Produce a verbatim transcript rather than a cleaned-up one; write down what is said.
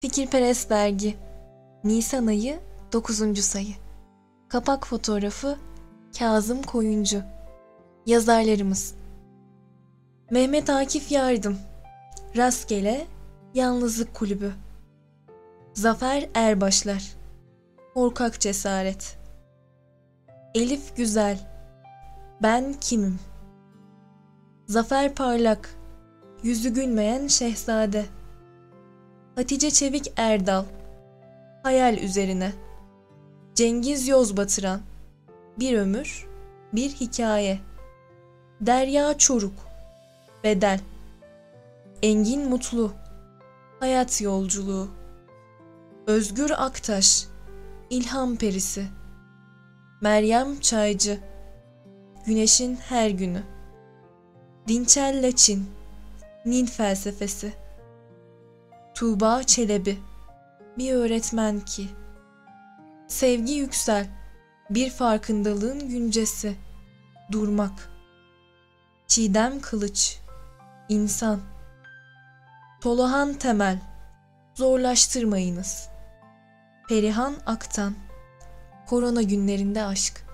Fikirperest Dergi Nisan ayı dokuzuncu sayı. Kapak fotoğrafı Kazım Koyuncu. Yazarlarımız: Mehmet Akif Yardım, Rastgele Yalnızlık Kulübü. Zafer Erbaşlar, Korkak Cesaret. Elif Güzel, Ben Kimim. Zafer Parlak, Yüzü Gülmeyen Şehzade. Hatice Çevik Erdal, Hayal Üzerine. Cengiz Yozbatıran, Bir Ömür, Bir Hikaye. Derya Çoruk, Bedel. Engin Mutlu, Hayat Yolculuğu. Özgür Aktaş, İlham Perisi. Meryem Çaycı, Güneşin Her Günü. Dinçel Laçin, Nil Felsefesi. Tuğba Çelebi, Bir Öğretmen Ki. Sevgi Yüksel, Bir Farkındalığın Güncesi. Durmak. Çiğdem Kılıç, İnsan. Tolahan Temel, Zorlaştırmayınız. Perihan Aktan, Korona Günlerinde Aşk.